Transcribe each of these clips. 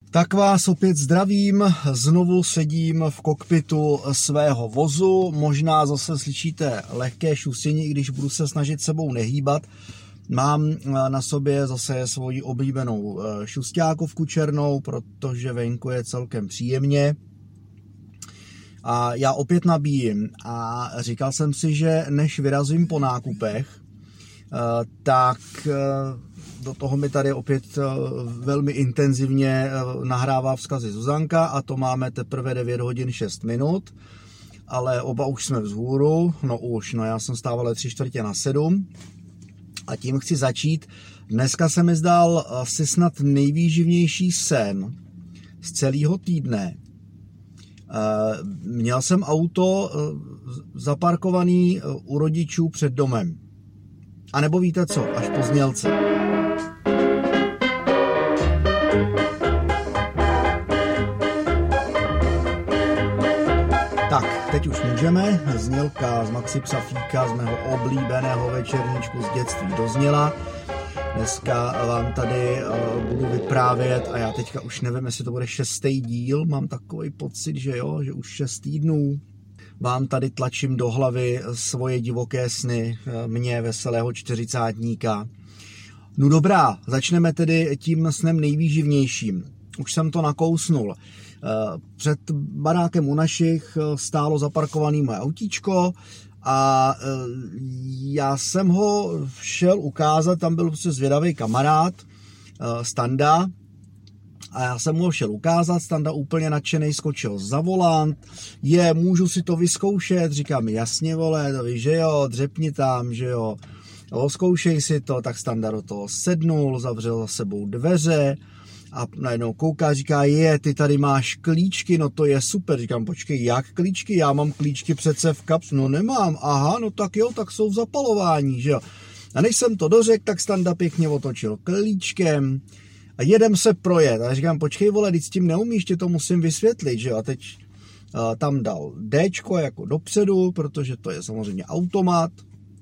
Tak vás opět zdravím, znovu sedím v kokpitu svého vozu, možná zase slyšíte lehké šustění, i když budu se snažit sebou nehýbat. Mám na sobě zase svoji oblíbenou šusťákovku černou, protože venku je celkem příjemně. A já opět nabíjím a říkal jsem si, že než vyrazím po nákupech, tak do toho mi tady opět velmi intenzivně nahrává vzkazy Zuzanka a to máme teprve 9 hodin 6 minut, ale oba už jsme vzhůru, já jsem stával 6:45 a tím chci začít. Dneska se mi zdál asi snad nejvýživnější sen z celého týdne. Měl jsem auto zaparkovaný u rodičů před domem. A nebo víte co, až po znělce. Tak, teď už můžeme. Znělka z Maxi Psafíka, z mého oblíbeného večerníčku z dětství dozněla. Dneska vám tady budu vyprávět a já teďka už nevím, jestli to bude 6. díl. Mám takový pocit, že jo, že už 6 týdnů vám tady tlačím do hlavy svoje divoké sny, mě veselého čtyřicátníka. No dobrá, začneme tedy tím snem nejvýživnějším. Už jsem to nakousnul. Před barákem u našich stálo zaparkovaný moje autíčko a já jsem ho šel ukázat, tam byl prostě zvědavý kamarád, Standa, a já jsem mu ho šel ukázat, Standa úplně nadšenej skočil za volant, můžu si to vyzkoušet, říkám, jasně vole, to víš, že jo, dřepni tam, že jo, zkoušej si to, tak Standa do toho sednul, zavřel za sebou dveře a najednou kouká, říká, ty tady máš klíčky, no to je super, říkám, počkej, jak klíčky, já mám klíčky přece v kapsu, no nemám, aha, no tak jo, tak jsou v zapalování, že jo. A než jsem to dořekl, tak Standa pěkně otočil klíčkem a jedem se projet. A říkám, počkej vole, teď s tím neumíš, ti to musím vysvětlit, že jo. A teď tam dal Dčko jako dopředu, protože to je samozřejmě automat.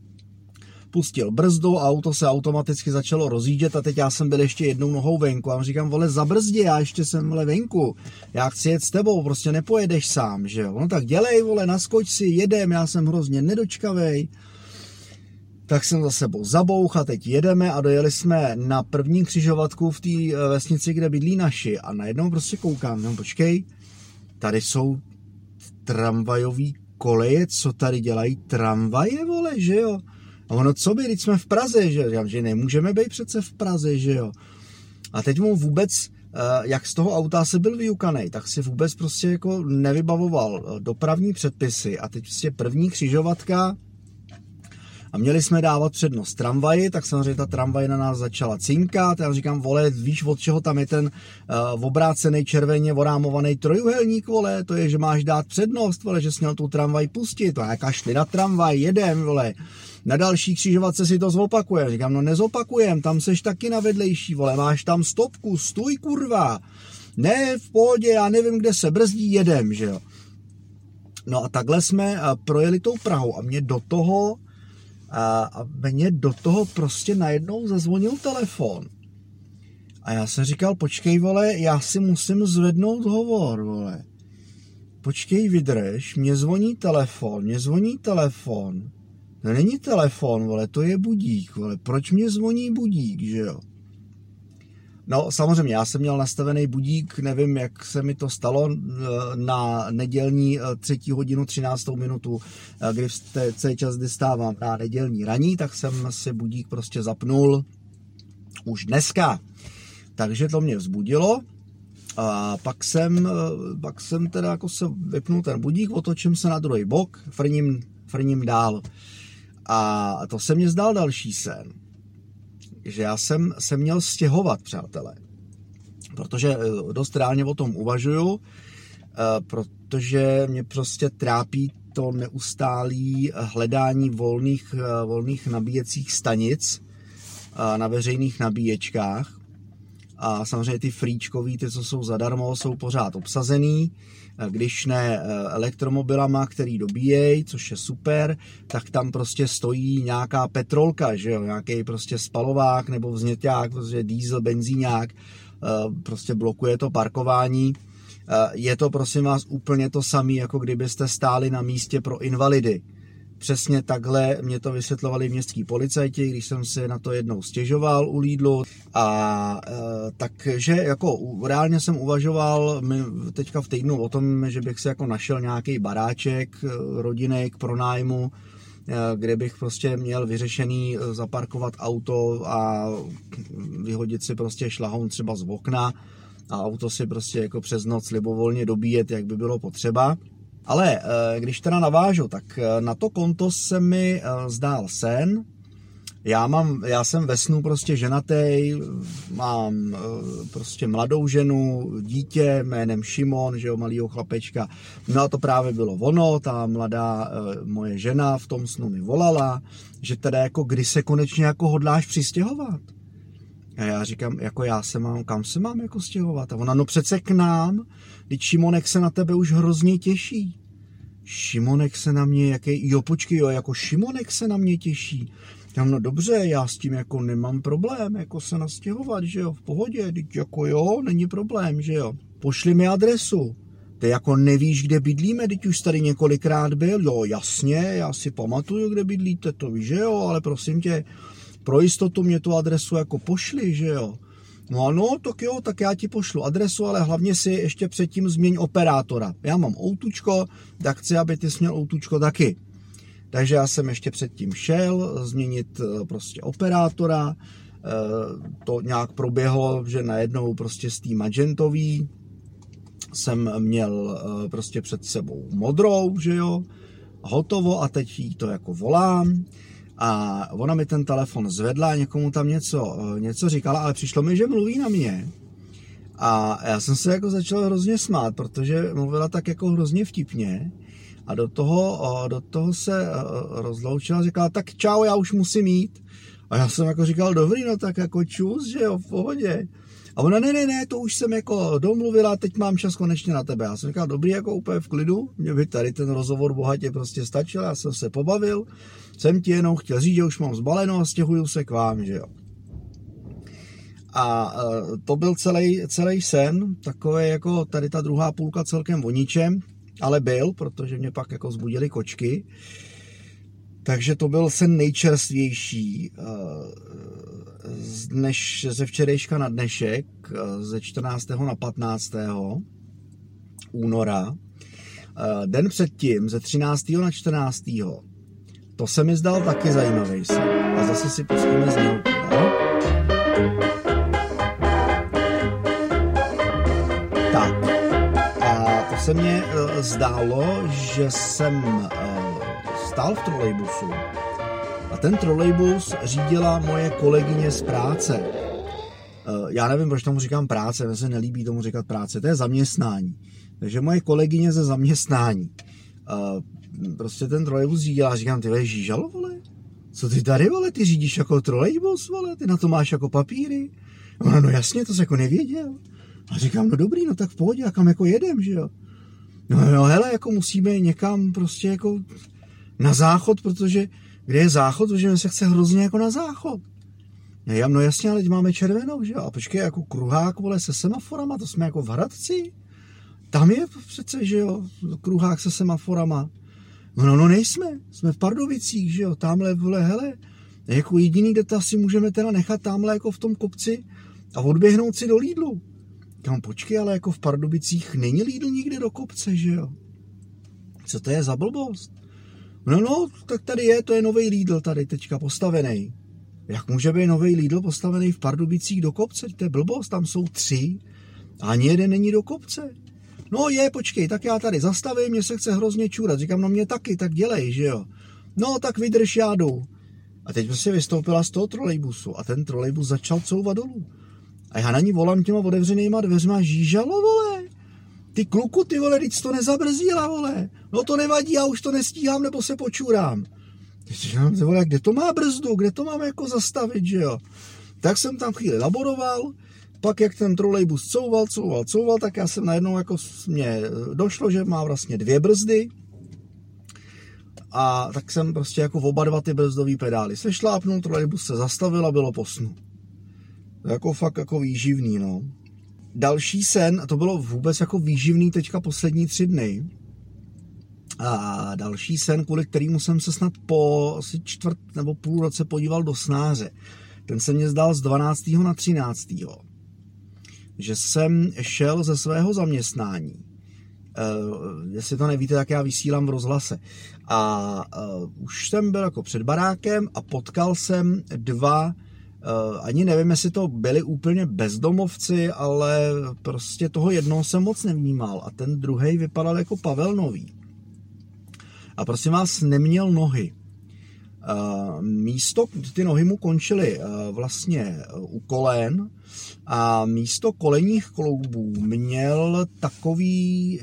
Pustil brzdu a auto se automaticky začalo rozjíždět a teď já jsem byl ještě jednou nohou venku. A vám říkám, vole, zabrzdi, já ještě jsem vole venku. Já chci jet s tebou, prostě nepojedeš sám, že jo. No tak dělej, vole, naskoč si, jedem, já jsem hrozně nedočkavej. Tak jsem za sebou zabouch a teď jedeme a dojeli jsme na první křižovatku v té vesnici, kde bydlí naši a najednou prostě koukám, no počkej, tady jsou tramvajový koleje, co tady dělají tramvaje, vole, že jo? A ono, co by, teď jsme v Praze, že jo? Že nemůžeme být přece v Praze, že jo? A teď mu vůbec, jak z toho auta se byl vyukanej, tak si vůbec prostě jako nevybavoval dopravní předpisy a teď prostě první křižovatka a měli jsme dávat přednost tramvaji, tak samozřejmě ta tramvaj na nás začala cinkat. Já říkám, vole, víš, od čeho tam je ten obrácený červeně orámovaný trojuhelník, vole, to je, že máš dát přednost, vole, že jsi měl tu tramvaj pustit. A jaká šli na tramvaj, jedem, vole. Na další křižovatce si to zopakuje. Říkám, no nezopakujem, tam seš taky na vedlejší, vole, máš tam stopku, stůj, kurva. Ne, v pohodě, já nevím, kde se brzdí, jedem, že jo. No a takhle jsme projeli tou Prahou a mě do toho prostě najednou zazvonil telefon. A já jsem říkal, počkej, vole, já si musím zvednout hovor, vole. Počkej, vydrž, mě zvoní telefon. To není telefon, vole, to je budík, vole. Proč mě zvoní budík, že jo? No, samozřejmě, já jsem měl nastavený budík, nevím, jak se mi to stalo, na nedělní 3 hodinu 13 minutu, kdy v té čas, kdy stávám na nedělní raní, tak jsem si budík prostě zapnul už dneska. Takže to mě vzbudilo a pak jsem teda jako se vypnul ten budík, otočím se na druhý bok, frním dál. A to se mě zdál další sen. Že já jsem se měl stěhovat, přátelé. Protože dost reálně o tom uvažuju, protože mě prostě trápí to neustálé hledání volných nabíjecích stanic na veřejných nabíječkách. A samozřejmě ty fríčkový, ty, co jsou zadarmo, jsou pořád obsazený. Když ne elektromobilama, který dobíjejí, což je super, tak tam prostě stojí nějaká petrolka, že jo, nějaký prostě spalovák nebo vzněťák, prostě diesel, benzíňák, prostě blokuje to parkování. Je to, prosím vás, úplně to samé, jako kdybyste stáli na místě pro invalidy. Přesně takhle mě to vysvětlovali městský policajti, když jsem si na to jednou stěžoval u Lidlu. Takže jako reálně jsem uvažoval teďka v týdnu o tom, že bych si jako našel nějaký baráček rodinný k pronájmu, kde bych prostě měl vyřešený zaparkovat auto a vyhodit si prostě šlahoun třeba z okna a auto si prostě jako přes noc libovolně dobíjet, jak by bylo potřeba. Ale když teda navážu, tak na to konto se mi zdál sen. Já jsem ve snu prostě ženatej, mám prostě mladou ženu, dítě jménem Šimon, že jo, malýho chlapečka. No a to právě bylo ono, ta mladá moje žena v tom snu mi volala, že teda jako kdy se konečně jako hodláš přistěhovat. A já říkám, jako kam se mám jako stěhovat? A ona, no přece k nám, teď Šimonek se na tebe už hrozně těší. Šimonek se na mě, jako Šimonek se na mě těší. No dobře, já s tím jako nemám problém, jako se nastěhovat, že jo, v pohodě, teď jako jo, není problém, že jo. Pošli mi adresu. Ty jako nevíš, kde bydlíme, teď už tady několikrát byl, jo, jasně, já si pamatuju, kde bydlíte, to víš, že jo, ale prosím tě, pro jistotu mě tu adresu jako pošli, že jo. No ano, tak jo, tak já ti pošlu adresu, ale hlavně si ještě předtím změň operátora. Já mám outučko, tak chci, aby ty jsi měl outučko taky. Takže já jsem ještě předtím šel změnit prostě operátora, to nějak proběhlo, že najednou prostě z té magentový jsem měl prostě před sebou modrou, že jo, hotovo a teď jí to jako volám a ona mi ten telefon zvedla, někomu tam něco říkala, ale přišlo mi, že mluví na mě. A já jsem se jako začal hrozně smát, protože mluvila tak jako hrozně vtipně. A do toho se rozloučila, říkala, tak čau, já už musím jít. A já jsem jako říkal, dobrý, no tak jako čus, že jo, v pohodě. A ona, ne, to už jsem jako domluvila, teď mám čas konečně na tebe. Já jsem říkal, dobrý, jako úplně v klidu, mě by tady ten rozhovor bohatě prostě stačil, já jsem se pobavil, jsem ti jenom chtěl říct, že už mám zbaleno a stěhuju se k vám, že jo. A to byl celý sen, takový jako tady ta druhá půlka celkem o ničem, ale byl, protože mě pak jako zbudily kočky. Takže to byl sen nejčerstvější ze včerejška na dnešek, ze 14. na 15. února. Den předtím, ze 13. na 14. To se mi zdal taky zajímavý sen. A zase si pustíme znělku, no? Tak. A to se mně zdálo, že jsem stál v trolejbusu a ten trolejbus řídila moje kolegyně z práce. Já nevím, proč tomu říkám práce, mně se nelíbí tomu říkat práce, to je zaměstnání. Takže moje kolegyně ze zaměstnání. Prostě ten trolejbus řídila a říkám, ty žížalo, vole? Co ty tady, vole, ty řídíš jako trolejbus, vole? Ty na to máš jako papíry? No jasně, to jsi jako nevěděl. A říkám, no dobrý, no tak v pohodě, a kam jako jedem, že jo? No hele, jako musíme někam prostě jako na záchod, protože kde je záchod, protože mi se chce hrozně jako na záchod. Já, no jasně, ale teď máme červenou, že jo? A počkej, jako kruhák, vole, se semaforama, to jsme jako v Hradci. Tam je přece, že jo, kruhák se semaforama. No nejsme, jsme v Pardubicích, že jo, tamhle, vole, hele, jako jediný, kde to asi můžeme teda nechat tamhle jako v tom kopci a odběhnout si do Lidlu. Kam počkej, ale jako v Pardubicích není Lidl nikde do kopce, že jo? Co to je za blbost? No, tak tady je, to je nový Lidl tady teďka postavený. Jak může být nový Lidl postavený v Pardubicích do kopce? To je blbost, tam jsou 3 a ani jeden není do kopce. No počkej, tak já tady zastavím, mě se chce hrozně čůrat. Říkám, no mě taky, tak dělej, že jo? No, tak vydrž, já jdu. A teď prostě vystoupila z toho trolejbusu a ten trolejbus začal couvat dolů. A já na ní volám těma otevřenýma dveřma, žížalo, vole. Ty kluku, ty vole, teď to nezabrzdila, vole. No to nevadí, já už to nestíhám, nebo se počůrám. Teď říkám, vole, kde to má brzdu, kde to mám jako zastavit, že jo? Tak jsem tam chvíli laboroval, pak jak ten trolejbus couval, tak já jsem najednou jako mě došlo, že má vlastně 2 brzdy. A tak jsem prostě jako oba 2 ty brzdový pedály sešlápnul, trolejbus se zastavil a bylo po snu. Jako fakt jako výživný, no. Další sen, to bylo vůbec jako výživný teďka poslední 3 dny. A další sen, kvůli kterému jsem se snad po asi 1/4 nebo půl roce podíval do snáře. Ten se mě zdal z 12. na 13. Že jsem šel ze svého zaměstnání. Jestli to nevíte, tak já vysílám v rozhlase. A už jsem byl jako před barákem a potkal jsem 2, ani nevím, jestli to byli úplně bezdomovci, ale prostě toho jednoho jsem moc nevnímal a ten druhej vypadal jako Pavel Nový. A prosím vás, neměl nohy. Ty nohy mu končily vlastně u kolen a místo kolenních kloubů měl takový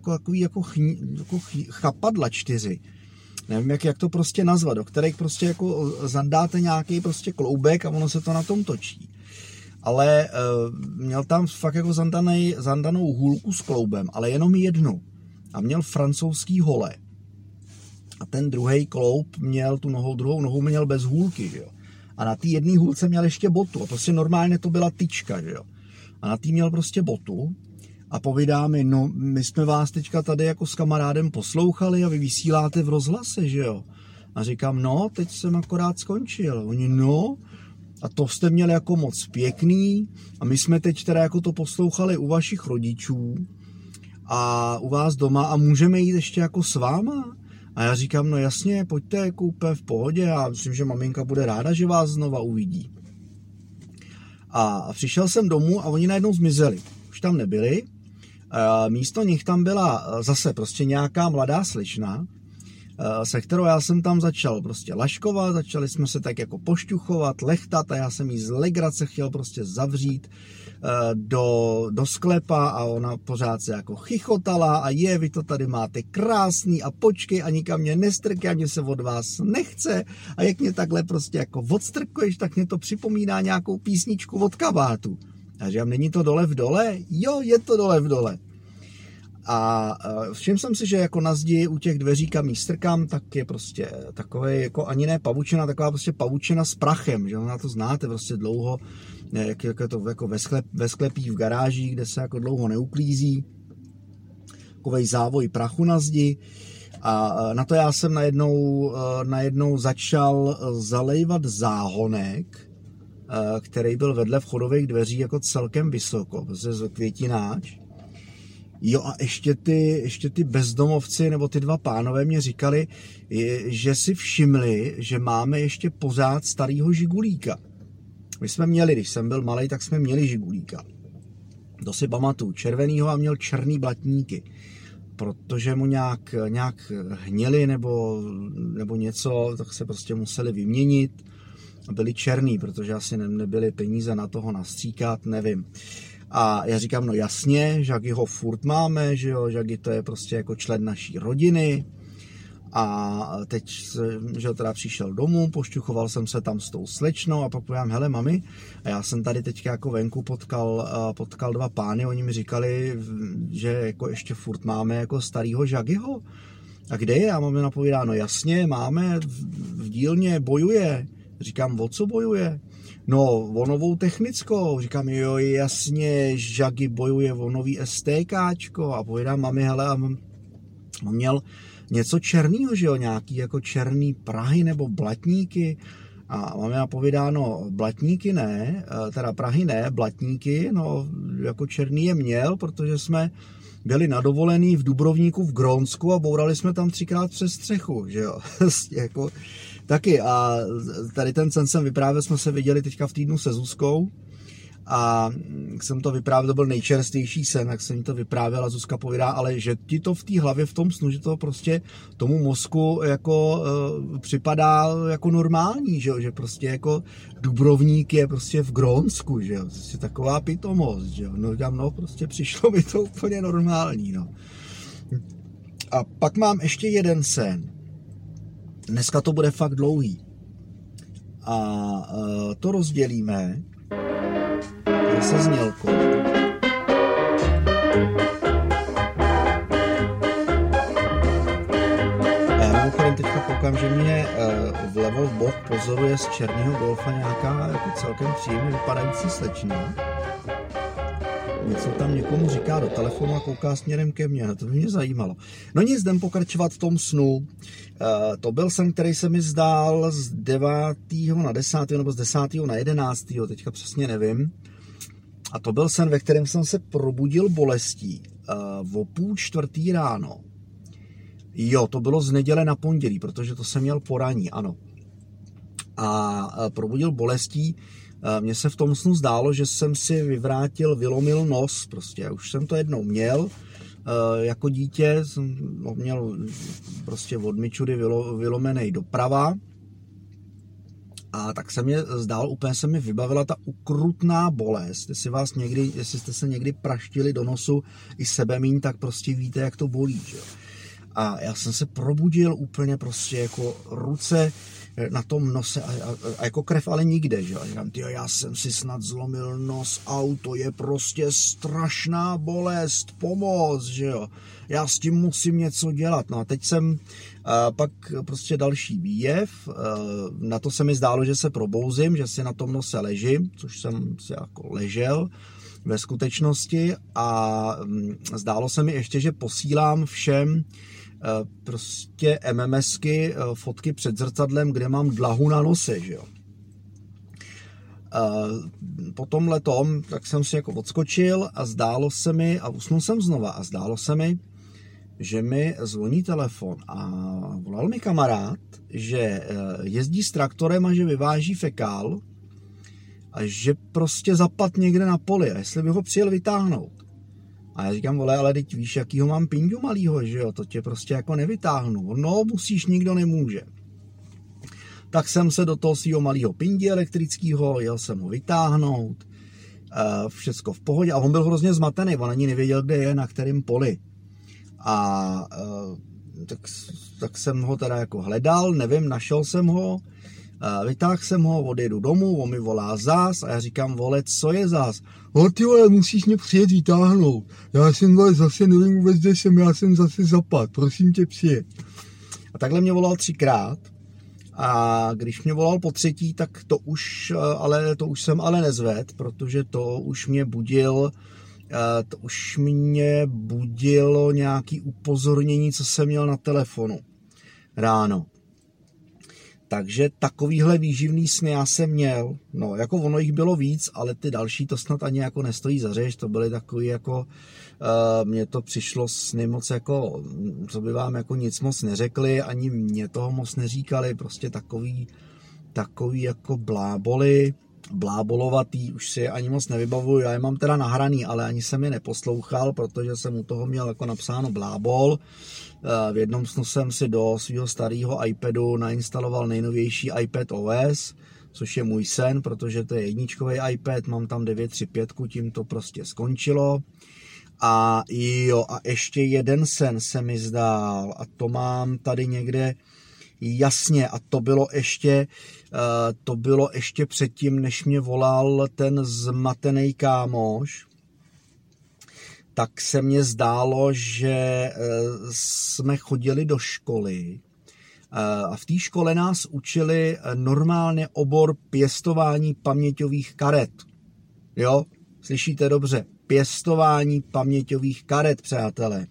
chapadla 4. Nevím, jak to prostě nazvat, do kterých prostě jako zandáte nějaký prostě kloubek a ono se to na tom točí. Ale měl tam fakt jako zandanou hůlku s kloubem, ale jenom jednu. A měl francouzský hole. A ten druhý kloub měl druhou nohu měl bez hůlky, že jo. A na té jedné hůlce měl ještě botu. A prostě normálně to byla tyčka, že jo. A na té měl prostě botu. A povídá mi, no my jsme vás teďka tady jako s kamarádem poslouchali a vy vysíláte v rozhlase, že jo. A říkám, no, teď jsem akorát skončil. Oni, no, a to jste měli jako moc pěkný. A my jsme teď teda jako to poslouchali u vašich rodičů a u vás doma a můžeme jít ještě jako s váma. A já říkám, no jasně, pojďte jako úplně v pohodě a myslím, že maminka bude ráda, že vás znova uvidí. A přišel jsem domů a oni najednou zmizeli. Už tam nebyli. Místo nich tam byla zase prostě nějaká mladá slečna, se kterou já jsem tam začal prostě laškovat, začali jsme se tak jako pošťuchovat, lechtat a já jsem jí z legrace chtěl prostě zavřít do sklepa a ona pořád se jako chichotala a vy to tady máte krásný a počkej a nikam mě nestrkej a mě se od vás nechce a jak mě takhle prostě jako odstrkuješ, tak mě to připomíná nějakou písničku od Kabátu. A říkám, není to Dole v dole? Jo, je to Dole v dole. A všiml jsem si, že jako na zdi u těch dveří, kam jí strkám, tak je prostě takové jako ani ne pavučina, taková prostě pavučina s prachem, že ona to znáte prostě dlouho, jak je to jako ve sklepí v garáži, kde se jako dlouho neuklízí, takovej závoj prachu na zdi. A na to já jsem najednou začal zalejvat záhonek, který byl vedle vchodových dveří jako celkem vysoko, prostě květináč. Jo a ještě ty bezdomovci nebo ty 2 pánové mě říkali, že si všimli, že máme ještě pořád starýho žigulíka. My jsme měli, když jsem byl malej, tak jsme měli žigulíka. To si pamatuju, červenýho a měl černý blatníky. Protože mu nějak hněli nebo něco, tak se prostě museli vyměnit. Byli černý, protože asi nebyly peníze na toho nastříkat, nevím. A já říkám, no jasně, Žagy ho furt máme, že jo, Žagy to je prostě jako člen naší rodiny. A teď, že teda přišel domů, pošťuchoval jsem se tam s tou slečnou a pak povím, hele mami, a já jsem tady teďka jako venku potkal 2 pány, oni mi říkali, že jako ještě furt máme jako starýho Žagyho. A kde je? A mami napovídá, no jasně, máme, v dílně bojuje. Říkám, o co bojuje? No, o novou technickou. Říkám, jo, jasně, Žagy bojuje o nový STKčko. A povídám, mami, hele, a on měl něco černýho, že jo, nějaký jako černý prahy nebo blatníky. A mami napovídá, no, blatníky ne, teda prahy ne, blatníky, no, jako černý je měl, protože jsme byli na dovolený v Dubrovníku v Grónsku a bourali jsme tam 3krát přes střechu, že jo, jako taky. A tady ten sen jsem vyprávěl, jsme se viděli teďka v týdnu se Zuzkou a jsem to vyprávěl, to byl nejčerstvější sen, jak jsem jí to vyprávěl a Zuzka povídá, ale že ti to v té hlavě v tom snu, že to prostě tomu mozku jako připadá jako normální, že prostě jako Dubrovník je prostě v Grónsku, že jo, prostě taková pitomost, že jo, no prostě přišlo mi to úplně normální, no. A pak mám ještě jeden sen. Dneska to bude fakt dlouhý. A to rozdělíme se znělkou. A já mimochodem teďka koukám, že mě vlevo v bok pozoruje z černého golfa nějaká jako celkem příjemně vypadající slečna. něco tam někomu říká do telefonu a kouká směrem ke mně. To by mě zajímalo. No nic, jdem pokračovat v tom snu. To byl sen, který se mi zdál z 9. na 10. nebo z 10. na 11. Teďka přesně nevím. A to byl sen, ve kterém jsem se probudil bolestí o 3:30 ráno. Jo, to bylo z neděle na pondělí, protože to jsem měl poraní, ano. A probudil bolestí. Mně se v tom snu zdálo, že jsem si vylomil nos, prostě. Už jsem to jednou měl. Jako dítě jsem ho měl prostě od mičury vylomenej doprava. A tak se mě zdálo, úplně se mi vybavila ta ukrutná bolest. Jestli jste se někdy praštili do nosu i sebemíň, tak prostě víte, jak to bolí, že jo. A já jsem se probudil úplně prostě jako ruce na tom nose a jako krev, ale nikde, že jo. Říkám, já jsem si snad zlomil nos, to je prostě strašná bolest, pomoc, že jo. Já s tím musím něco dělat. No a teď jsem pak prostě další výjev, na to se mi zdálo, že se probouzím, že si na tom nose ležím, což jsem si jako ležel ve skutečnosti a zdálo se mi ještě, že posílám všem prostě MMSky, fotky před zrcadlem, kde mám dlahu na nose, že jo. Po tomhletom, tak jsem si jako odskočil a zdálo se mi, a usnul jsem znova a zdálo se mi, že mi zvoní telefon a volal mi kamarád, že jezdí s traktorem a že vyváží fekál a že prostě zapad někde na poli a jestli bych ho přijel vytáhnout. A já říkám, vole, ale teď víš, jakýho mám pindu malýho, že jo, to tě prostě jako nevytáhnu. No, musíš, nikdo nemůže. Tak jsem se do toho svýho malýho pindi elektrického, jel jsem ho vytáhnout, všecko v pohodě a on byl hrozně zmatený, on ani nevěděl, kde je, na kterém poli. A tak jsem ho teda jako hledal, nevím, našel jsem ho, vytáhl jsem ho, odjedu domů, on mi volá zás a já říkám, vole, co je zás? Ty vole, musíš mě přijet vytáhnout. Já jsem vole, zase nevím vůbec, kde jsem, já jsem zase zapad, prosím tě přijet. A takhle mě volal 3krát a když mě volal po 3., tak to už jsem ale nezvedl, protože to už mě budilo nějaký upozornění, co jsem měl na telefonu ráno. Takže takovýhle výživný sny já jsem měl. No, jako ono jich bylo víc, ale ty další to snad ani jako nestojí za řeč. To byly takový jako, mně to přišlo sny moc jako, co by vám jako nic moc neřekli, ani mě toho moc neříkali, prostě takový jako blábolovatý, už si je ani moc nevybavuju, já je mám teda nahraný, ale ani jsem je neposlouchal, protože jsem u toho měl jako napsáno blábol. V jednom snu jsem si do svého starého iPadu nainstaloval nejnovější iPad OS, což je můj sen, protože to je jedničkový iPad, mám tam 9.3.5, tím to prostě skončilo. A jo, a ještě jeden sen se mi zdál a to mám tady někde jasně a to bylo ještě předtím, než mě volal ten zmatený kámoš, tak se mně zdálo, že jsme chodili do školy a v té škole nás učili normálně obor pěstování paměťových karet. Jo, slyšíte dobře, pěstování paměťových karet, přátelé.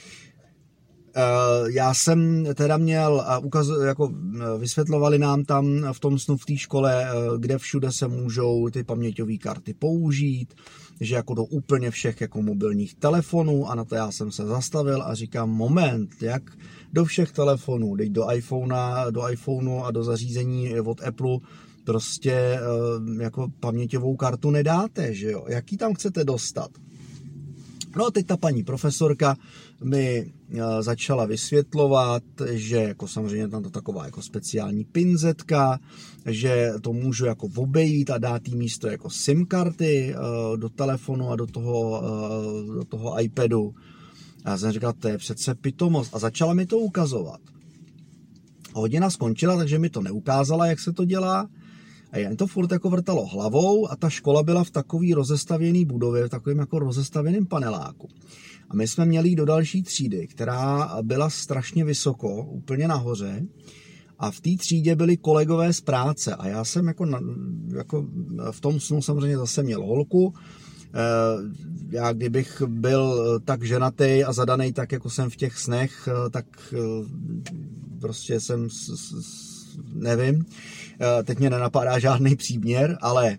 Já jsem teda měl, jako vysvětlovali nám tam v tom snu v té škole, kde všude se můžou ty paměťové karty použít, že jako do úplně všech jako mobilních telefonů a na to já jsem se zastavil a říkám, moment, jak do všech telefonů, teď do iPhoneu a do zařízení od Apple prostě jako paměťovou kartu nedáte, že jo, jaký tam chcete dostat? No a teď ta paní profesorka mi začala vysvětlovat, že jako samozřejmě tam to taková jako speciální pinzetka, že to můžu jako obejít a dát jí místo jako SIM karty do telefonu a do toho iPadu. A já jsem říkal, to je přece pitomost. A začala mi to ukazovat. Hodina skončila, takže mi to neukázala, jak se to dělá. A jen to furt jako vrtalo hlavou a ta škola byla v takový rozestavěný budově, v takovém jako rozestavěném paneláku. A my jsme měli jít do další třídy, která byla strašně vysoko, úplně nahoře. A v té třídě byli kolegové z práce a já jsem jako v tom snu samozřejmě zase měl holku Já kdybych byl tak ženatý a zadaný tak, jako jsem v těch snech, tak prostě jsem, nevím, teď mě nenapadá žádný příměr, ale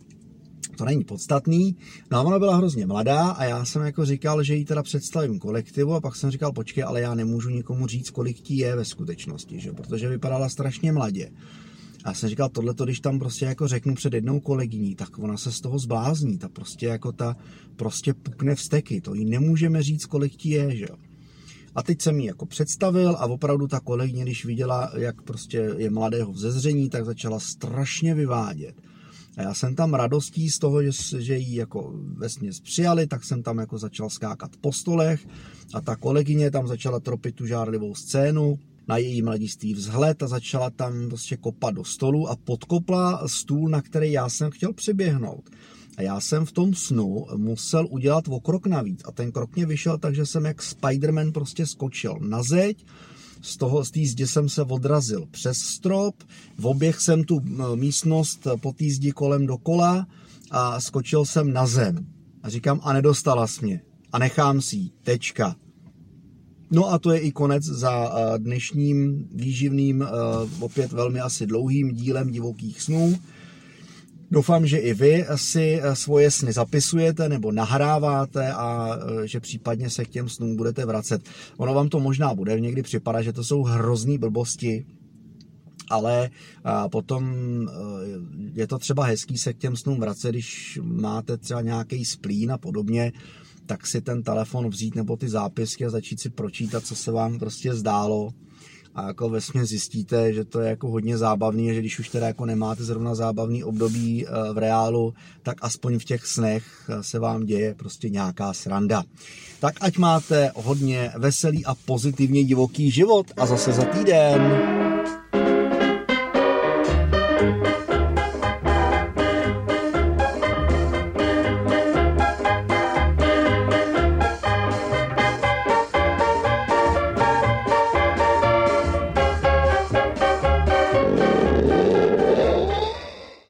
to není podstatný. No a ona byla hrozně mladá a já jsem jako říkal, že jí teda představím kolektivu a pak jsem říkal, počkej, ale já nemůžu nikomu říct, kolik ti je ve skutečnosti, že? Protože vypadala strašně mladě. A já jsem říkal, tohleto, když tam prostě jako řeknu před jednou kolegyní, tak ona se z toho zblázní, ta prostě pukne vzteky, to jí nemůžeme říct, kolik ti je, že? A teď jsem jí jako představil a opravdu ta kolegyně, když viděla, jak prostě je mladého vzezření, tak začala strašně vyvádět. A já jsem tam radostí z toho, že jí jako vesměs přijali, tak jsem tam jako začal skákat po stolech a ta kolegyně tam začala tropit tu žárlivou scénu na její mladistý vzhled a začala tam prostě kopat do stolu a podkopla stůl, na který já jsem chtěl přiběhnout. A já jsem v tom snu musel udělat o krok navíc a ten krok mě vyšel tak, že jsem jak Spider-Man prostě skočil na zeď, z té zdi jsem se odrazil přes strop, oběhl jsem tu místnost po té zdi kolem dokola a skočil jsem na zem. A říkám, a nedostala jsi mě. A nechám si ji. Tečka. No a to je i konec za dnešním výživným, opět velmi asi dlouhým dílem Divokých snů. Doufám, že i vy si svoje sny zapisujete nebo nahráváte a že případně se k těm snům budete vracet. Ono vám to možná bude někdy připadat, že to jsou hrozný blbosti, ale potom je to třeba hezký se k těm snům vracet, když máte třeba nějaký splín a podobně, tak si ten telefon vzít nebo ty zápisky a začít si pročítat, co se vám prostě zdálo. A jako vesměs zjistíte, že to je jako hodně zábavný, že když už teda jako nemáte zrovna zábavný období v reálu, tak aspoň v těch snech se vám děje prostě nějaká sranda. Tak ať máte hodně veselý a pozitivně divoký život a zase za týden.